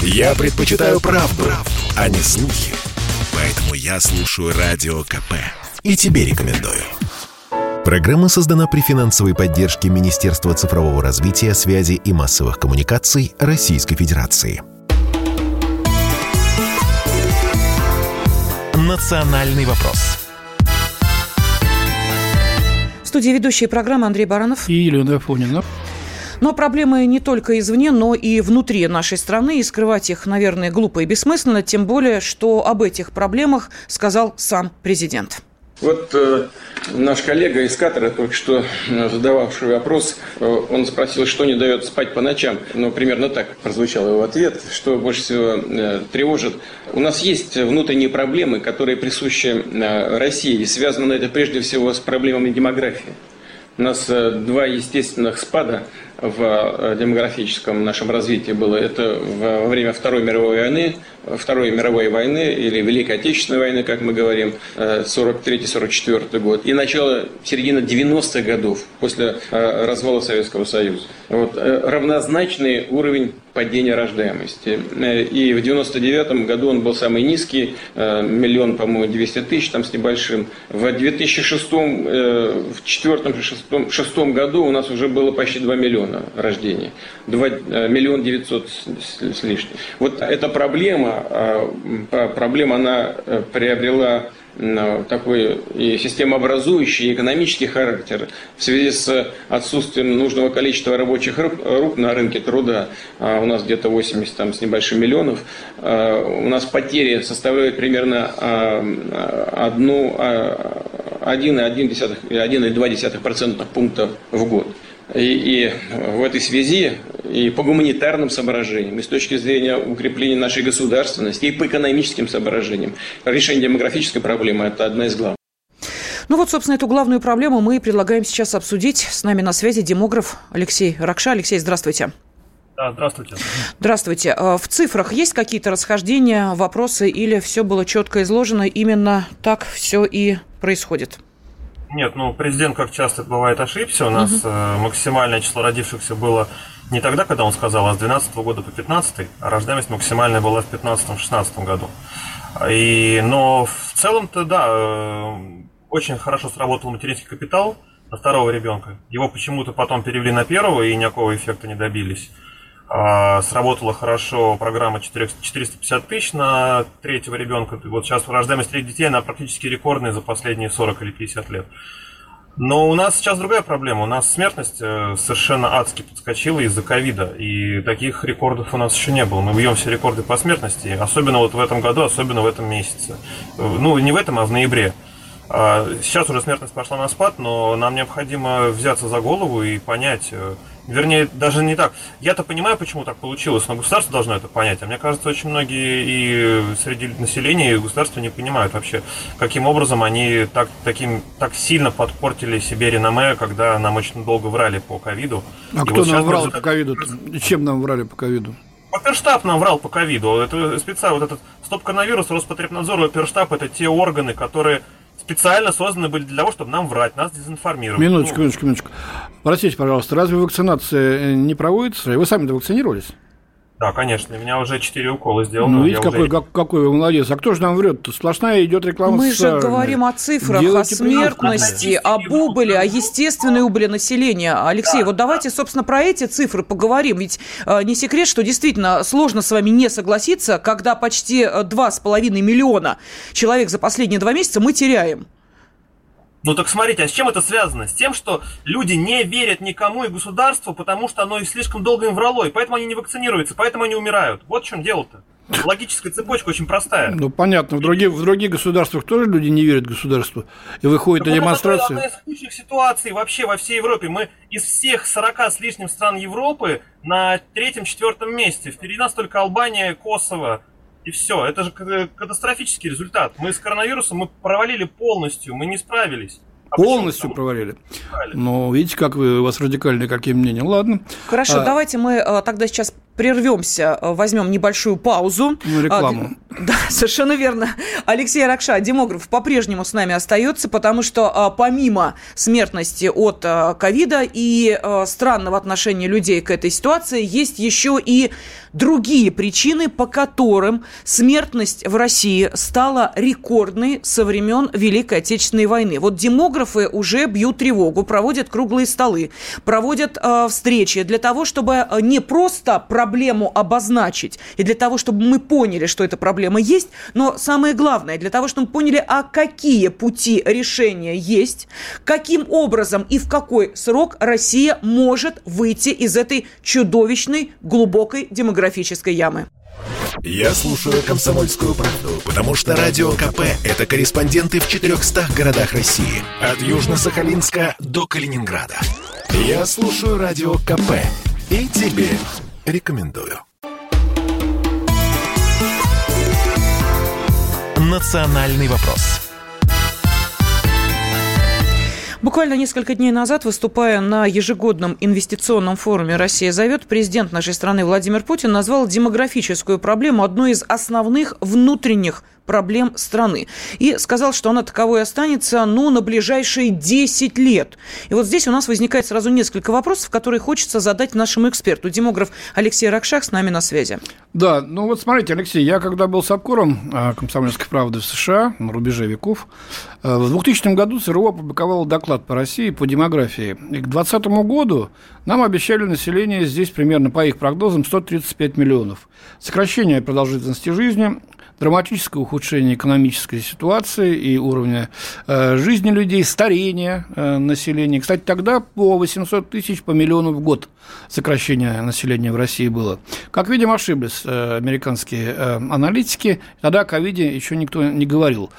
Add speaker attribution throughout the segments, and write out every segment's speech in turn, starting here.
Speaker 1: Я предпочитаю правду, а не слухи. Поэтому я слушаю Радио КП. И тебе рекомендую. Программа создана при финансовой поддержке Министерства цифрового развития, связи и массовых коммуникаций Российской Федерации. «Национальный вопрос».
Speaker 2: В студии ведущие программы Андрей Баранов
Speaker 3: и Елена Афонина.
Speaker 2: Но проблемы не только извне, но и внутри нашей страны. И скрывать их, наверное, глупо и бессмысленно. Тем более, что об этих проблемах сказал сам президент.
Speaker 4: Вот наш коллега из Катара, только что задававший вопрос, он спросил, что не дает спать по ночам. Ну, примерно так прозвучал его ответ, что больше всего тревожит. У нас есть внутренние проблемы, которые присущи России, и связано это прежде всего с проблемами демографии. У нас два естественных спада в демографическом нашем развитии было. Это во время Второй мировой войны или Великой Отечественной войны, как мы говорим, 43-44 год, и середина 90-х годов, после развала Советского Союза. Вот, равнозначный уровень падения рождаемости. И в 99-м году он был самый низкий, 1 200 000 там с небольшим. В 2004-2006 году у нас уже было почти 2 миллиона рождений. 1 900 000 с лишним. Вот эта проблема, она приобрела такой и системообразующий, и экономический характер в связи с отсутствием нужного количества рабочих рук на рынке труда. У нас где-то 80 там, с небольшим миллионов. У нас потери составляют примерно 1,2% пункта в год. И в этой связи и по гуманитарным соображениям, и с точки зрения укрепления нашей государственности, и по экономическим соображениям, решение демографической проблемы – это одна из главных.
Speaker 2: Ну вот, собственно, эту главную проблему мы предлагаем сейчас обсудить. С нами на связи демограф Алексей Ракша. Алексей, здравствуйте.
Speaker 5: Да, здравствуйте.
Speaker 2: Здравствуйте. В цифрах есть какие-то расхождения, вопросы, или все было четко изложено, именно так все и происходит?
Speaker 5: Нет, президент, как часто бывает, ошибся. У нас максимальное число родившихся было не тогда, когда он сказал, а с 2012 года по 2015, а рождаемость максимальная была в 2015-2016 году. Но в целом-то, да, очень хорошо сработал материнский капитал на второго ребенка. Его почему-то потом перевели на первого, и никакого эффекта не добились. Сработала хорошо программа 450 000 на третьего ребенка. Вот сейчас рождаемость третьих детей, она практически рекордная за последние 40 или 50 лет. Но у нас сейчас другая проблема. У нас смертность совершенно адски подскочила из-за ковида. И таких рекордов у нас еще не было. Мы бьем все рекорды по смертности, особенно вот в этом году, особенно в этом месяце. Не в этом, а в ноябре. Сейчас уже смертность пошла на спад, но нам необходимо взяться за голову и понять, вернее, даже не так. Я-то понимаю, почему так получилось, но государство должно это понять. А мне кажется, очень многие и среди населения, и государства не понимают вообще, каким образом они так сильно подпортили себе реноме, когда нам очень долго врали по ковиду.
Speaker 3: А кто нам врал по ковиду? Чем нам врали по ковиду?
Speaker 5: Оперштаб нам врал по ковиду. Это специально, вот этот Стоп-коронавирус, Роспотребнадзор и Оперштаб — это те органы, которые специально созданы были для того, чтобы нам врать, нас дезинформировать.
Speaker 3: Минуточку. Простите, пожалуйста, разве вакцинация не проводится? Вы сами-то вакцинировались?
Speaker 5: Да, конечно, у меня уже 4 укола сделано.
Speaker 3: Видите, какой вы молодец. А кто же нам врет? Сплошная идет реклама.
Speaker 2: Мы же говорим о цифрах, о смертности, об убыли, о естественной убыли населения. Алексей, вот давайте, собственно, про эти цифры поговорим. Ведь не секрет, что действительно сложно с вами не согласиться, когда почти 2,5 миллиона человек за последние 2 месяца мы теряем.
Speaker 5: Так смотрите, а с чем это связано? С тем, что люди не верят никому и государству, потому что оно слишком долго им врало, и поэтому они не вакцинируются, поэтому они умирают. Вот в чем дело-то. Логическая цепочка очень простая.
Speaker 3: Понятно. В других государствах тоже люди не верят государству и выходят на демонстрации.
Speaker 5: Это одна из худших ситуаций вообще во всей Европе. Мы из всех 40 с лишним стран Европы на 3-4 месте. Впереди нас только Албания, Косово. И все, это же катастрофический результат. Мы с коронавирусом мы провалили полностью, мы не справились.
Speaker 3: Полностью провалили. Ну, видите, как у вас радикальные какие мнения. Ладно.
Speaker 2: Хорошо, давайте мы тогда сейчас прервемся, возьмем небольшую паузу.
Speaker 3: Рекламу.
Speaker 2: Да, совершенно верно. Алексей Ракша, демограф, по-прежнему с нами остается, потому что помимо смертности от ковида и странного отношения людей к этой ситуации, есть еще и другие причины, по которым смертность в России стала рекордной со времен Великой Отечественной войны. Вот демографы уже бьют тревогу, проводят круглые столы, проводят встречи для того, чтобы не просто проблему обозначить, и для того, чтобы мы поняли, что эта проблема есть, но самое главное, для того, чтобы мы поняли, а какие пути решения есть, каким образом и в какой срок Россия может выйти из этой чудовищной, глубокой демографической ямы.
Speaker 1: Я слушаю «Комсомольскую правду», потому что Радио КП – это корреспонденты в 400 городах России. От Южно-Сахалинска до Калининграда. Я слушаю Радио КП и тебе рекомендую. «Национальный вопрос».
Speaker 2: Буквально несколько дней назад, выступая на ежегодном инвестиционном форуме «Россия зовет», президент нашей страны Владимир Путин назвал демографическую проблему одной из основных внутренних проблем страны. И сказал, что она таковой останется, на ближайшие 10 лет. И вот здесь у нас возникает сразу несколько вопросов, которые хочется задать нашему эксперту. Демограф Алексей Ракшах с нами на связи.
Speaker 3: Да, вот смотрите, Алексей, я когда был сапкором «Комсомольской правды» в США, на рубеже веков, в 2000 году ЦРУ опубликовало доклад по России по демографии. И к 2020 году нам обещали население здесь примерно, по их прогнозам, 135 миллионов. Сокращение продолжительности жизни, драматическое ухудшение экономической ситуации и уровня жизни людей, старение населения. Кстати, тогда по 800 тысяч по миллиону в год сокращение населения в России было. Как видим, ошиблись американские аналитики. Тогда о ковиде еще никто не говорил.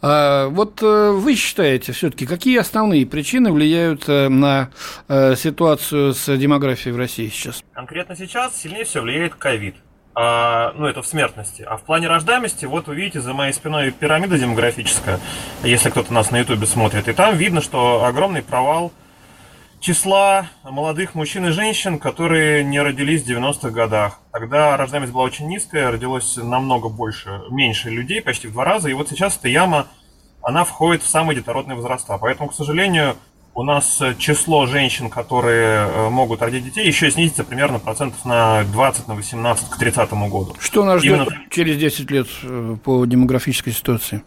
Speaker 3: Вот вы считаете, все-таки, какие основные причины влияют на ситуацию с демографией в России сейчас?
Speaker 5: Конкретно сейчас сильнее всего влияет ковид. Это в смертности. А в плане рождаемости, вот вы видите, за моей спиной пирамида демографическая, если кто-то нас на Ютубе смотрит, и там видно, что огромный провал числа молодых мужчин и женщин, которые не родились в 90-х годах. Тогда рождаемость была очень низкая, родилось намного меньше людей, почти в 2 раза, и вот сейчас эта яма, она входит в самые детородные возраста. Поэтому, к сожалению, у нас число женщин, которые могут родить детей, еще снизится примерно процентов на 20, на 18 к 30 году.
Speaker 3: Что нас ждет через 10 лет по демографической ситуации?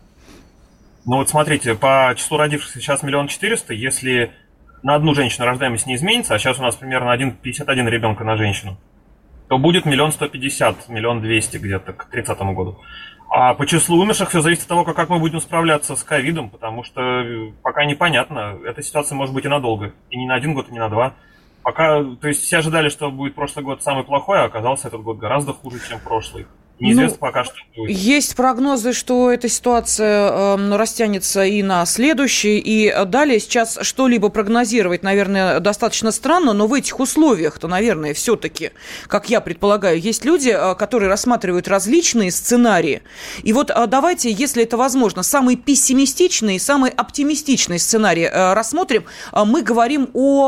Speaker 5: Смотрите, по числу родившихся сейчас 1 400 000, если на одну женщину рождаемость не изменится, а сейчас у нас примерно 1,51 ребенка на женщину, то будет 1 150 000, 1 200 000 где-то к 30 году. А по числу умерших все зависит от того, как мы будем справляться с ковидом, потому что пока непонятно, эта ситуация может быть и надолго, и не на 1 год, и не на 2. То есть все ожидали, что будет прошлый год самый плохой, а оказался этот год гораздо хуже, чем прошлый. Неизвестно пока, что будет.
Speaker 2: Есть прогнозы, что эта ситуация растянется и на следующий, и далее. Сейчас что-либо прогнозировать, наверное, достаточно странно, но в этих условиях-то, наверное, все-таки, как я предполагаю, есть люди, которые рассматривают различные сценарии. И вот давайте, если это возможно, самый пессимистичный и самый оптимистичный сценарий рассмотрим. Мы говорим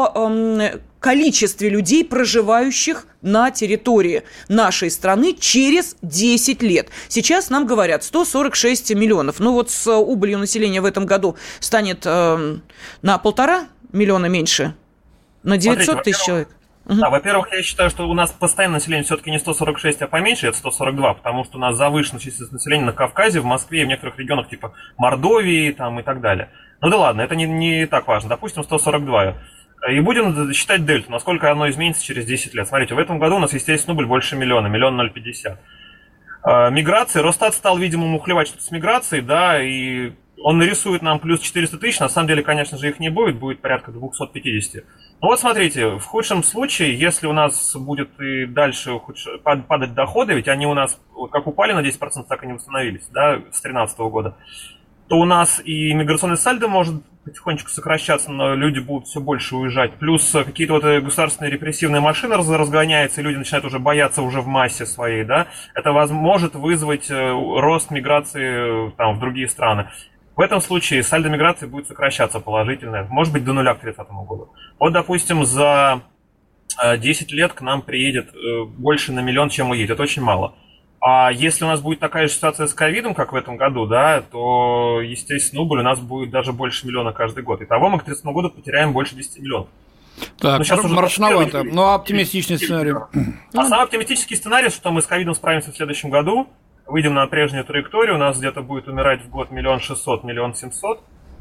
Speaker 2: о количестве людей, проживающих на территории нашей страны через 10 лет. Сейчас нам говорят 146 миллионов. С убылью населения в этом году станет на 1,5 миллиона меньше, на 900 тысяч человек.
Speaker 5: Да, во-первых, я считаю, что у нас постоянное население все-таки не 146, а поменьше, это 142, потому что у нас завышена численность населения на Кавказе, в Москве и в некоторых регионах типа Мордовии и так далее. Да ладно, это не так важно. Допустим, 142. И будем считать дельту, насколько оно изменится через 10 лет. Смотрите, в этом году у нас естественный убыль больше миллиона, 1 050 000. Миграция, Росстат стал, видимо, мухлевать что-то с миграцией, да, и он нарисует нам плюс 400 тысяч, на самом деле, конечно же, их не будет порядка 250. Смотрите, в худшем случае, если у нас будет и дальше падать доходы, ведь они у нас как упали на 10%, так и не восстановились, да, с 2013 года, то у нас и миграционный сальдо может потихонечку сокращаться, но люди будут все больше уезжать. Плюс какие-то государственные репрессивные машины разгоняются, и люди начинают уже бояться уже в массе своей, да. Это может вызвать рост миграции в другие страны. В этом случае сальдо миграции будет сокращаться положительно, может быть, до 0 к 30 году. Допустим, за 10 лет к нам приедет больше на 1 миллион, чем уедет. Это очень мало. А если у нас будет такая же ситуация с ковидом, как в этом году, да, то, естественно, убыль у нас будет даже больше миллиона каждый год. Итого мы к 30 году потеряем больше 10 миллионов.
Speaker 3: Так, мрачновато, но оптимистичный сценарий.
Speaker 5: А самый оптимистический сценарий, что мы с ковидом справимся в следующем году, выйдем на прежнюю траекторию, у нас где-то будет умирать в год 1 600 000, 1 700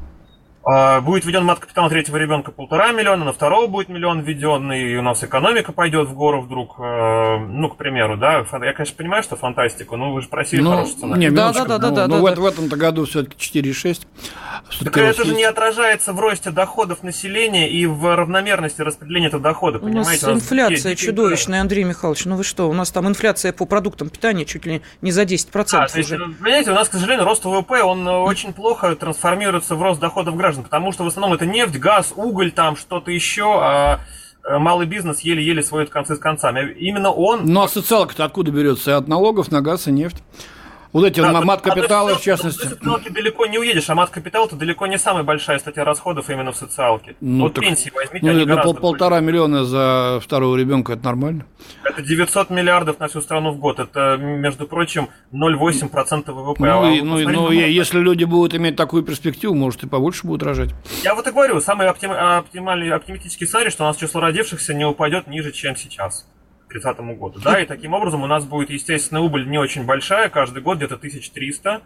Speaker 5: 000. Будет введен мат-капитал на третьего ребенка 1,5 миллиона, на второго будет 1 миллион введен, и у нас экономика пойдет в гору вдруг, ну, к примеру, да. Я, конечно, понимаю, что фантастика, но вы же просили хороший сценарий.
Speaker 2: Да.
Speaker 3: В этом-то году все-таки 4,6.
Speaker 5: Так это же не отражается в росте доходов населения и в равномерности распределения этого дохода, понимаете?
Speaker 2: У нас инфляция чудовищная, Андрей Михайлович, ну вы что, у нас там инфляция по продуктам питания чуть ли не за 10%
Speaker 5: то есть, понимаете, у нас, к сожалению, рост ВВП, он очень плохо трансформируется в рост доходов граждан, потому что в основном это нефть, газ, уголь, там что-то еще, а малый бизнес еле-еле сводит концы с концами. Именно он...
Speaker 3: Ну, а социалка-то откуда берется? От налогов на газ и нефть. Вот эти мат-капиталы, в частности.
Speaker 5: В социалке далеко не уедешь, а мат-капитал – это далеко не самая большая статья расходов именно в социалке.
Speaker 3: Ну,
Speaker 5: вот пенсии возьмите, они
Speaker 3: на
Speaker 5: гораздо
Speaker 3: 1,5 миллиона за второго ребенка – это нормально?
Speaker 5: Это 900 миллиардов на всю страну в год. Это, между прочим, 0,8% ВВП.
Speaker 3: Если люди будут иметь такую перспективу, может, и побольше будут рожать.
Speaker 5: Я вот и говорю, самый оптимальный, оптимистический сценарий, что у нас число родившихся не упадет ниже, чем сейчас. К 30 году, да, и таким образом у нас будет, естественно, убыль не очень большая, каждый год где-то 1300,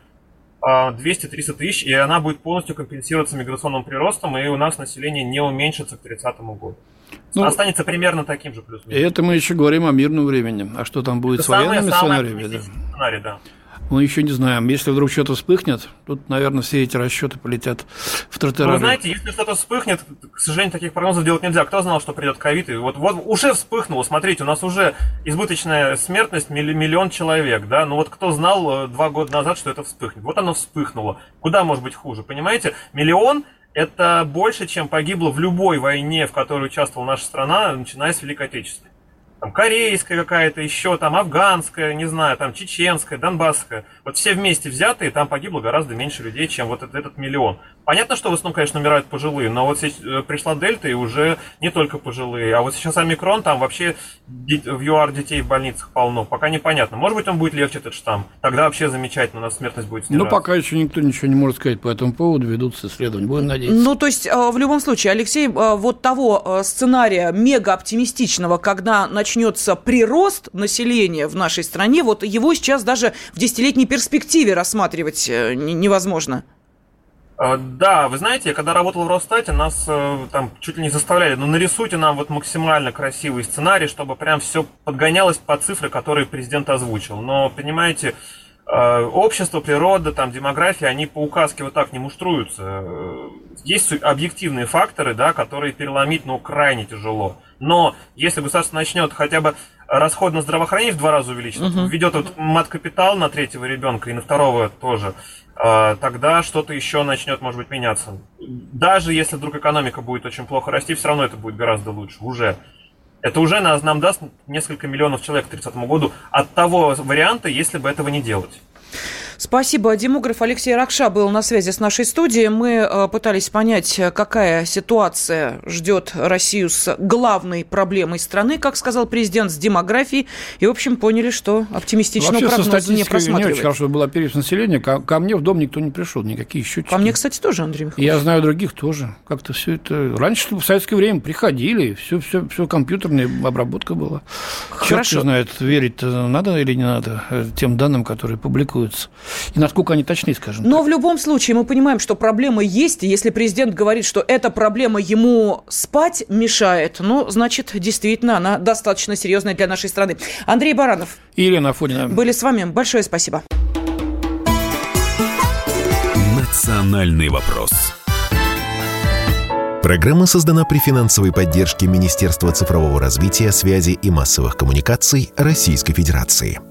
Speaker 5: 200-300 тысяч, и она будет полностью компенсироваться миграционным приростом, и у нас население не уменьшится к 30 году. Останется примерно таким же плюс-минус.
Speaker 3: И это мы еще говорим о мирном времени. А что там будет с военными сценариями?
Speaker 5: Сценарий, да.
Speaker 3: Мы еще не знаем. Если вдруг что-то вспыхнет, тут, наверное, все эти расчеты полетят в тартарары.
Speaker 5: Вы знаете, если что-то вспыхнет, к сожалению, таких прогнозов делать нельзя. Кто знал, что придет ковид? И вот уже вспыхнуло. Смотрите, у нас уже избыточная смертность миллион человек, да? Ну вот кто знал 2 года назад, что это вспыхнет? Вот оно вспыхнуло. Куда может быть хуже? Понимаете? 1 миллион – это больше, чем погибло в любой войне, в которой участвовала наша страна, начиная с Великой Отечественной. Там корейская какая-то, еще там афганская, не знаю, там чеченская, донбасская. Вот все вместе взятые, там погибло гораздо меньше людей, чем вот этот миллион. Понятно, что в основном, конечно, умирают пожилые, но вот пришла дельта, и уже не только пожилые. А вот сейчас омикрон, там вообще в ЮАР детей в больницах полно. Пока непонятно. Может быть, он будет легче, этот штамм. Тогда вообще замечательно, у нас смертность будет снижаться.
Speaker 3: Ну, пока еще никто ничего не может сказать по этому поводу, ведутся исследования. Будем надеяться.
Speaker 2: Ну, то есть, в любом случае, Алексей, вот того сценария мега-оптимистичного, когда начнется прирост населения в нашей стране, вот его сейчас даже в 10-летней перспективе рассматривать невозможно.
Speaker 5: Да, вы знаете, когда работал в Росстате, нас там чуть ли не заставляли, нарисуйте нам вот максимально красивый сценарий, чтобы прям все подгонялось под цифры, которые президент озвучил. Но, понимаете, общество, природа, там, демография, они по указке вот так не муштруются. Есть объективные факторы, да, которые переломить, крайне тяжело. Но если государство начнет хотя бы расход на здравоохранение в 2 раза увеличить, введет вот мат-капитал на 3-го ребенка и на 2-го тоже, тогда что-то еще начнет, может быть, меняться. Даже если вдруг экономика будет очень плохо расти, все равно это будет гораздо лучше. Уже. Это уже нам даст несколько миллионов человек к 30 году от того варианта, если бы этого не делать.
Speaker 2: Спасибо. Демограф Алексей Ракша был на связи с нашей студией. Мы пытались понять, какая ситуация ждет Россию с главной проблемой страны, как сказал президент, с демографией. И, в общем, поняли, что оптимистичного прогноза не просматривается.
Speaker 3: Не очень хорошо была перепись населения. Ко мне в дом никто не пришел, никакие счетчики.
Speaker 2: Ко мне, кстати, тоже, Андрей Михайлович.
Speaker 3: Я знаю других тоже. Как-то все это... Раньше, в советское время, приходили, все компьютерная обработка была. Черт знает, верить надо или не надо тем данным, которые публикуются. И насколько они точны, скажем так.
Speaker 2: Но в любом случае мы понимаем, что проблема есть. И если президент говорит, что эта проблема ему спать мешает, значит, действительно, она достаточно серьезная для нашей страны. Андрей Баранов
Speaker 3: и Елена Афонина
Speaker 2: были с вами. Большое спасибо.
Speaker 1: Национальный вопрос. Программа создана при финансовой поддержке Министерства цифрового развития, связи и массовых коммуникаций Российской Федерации.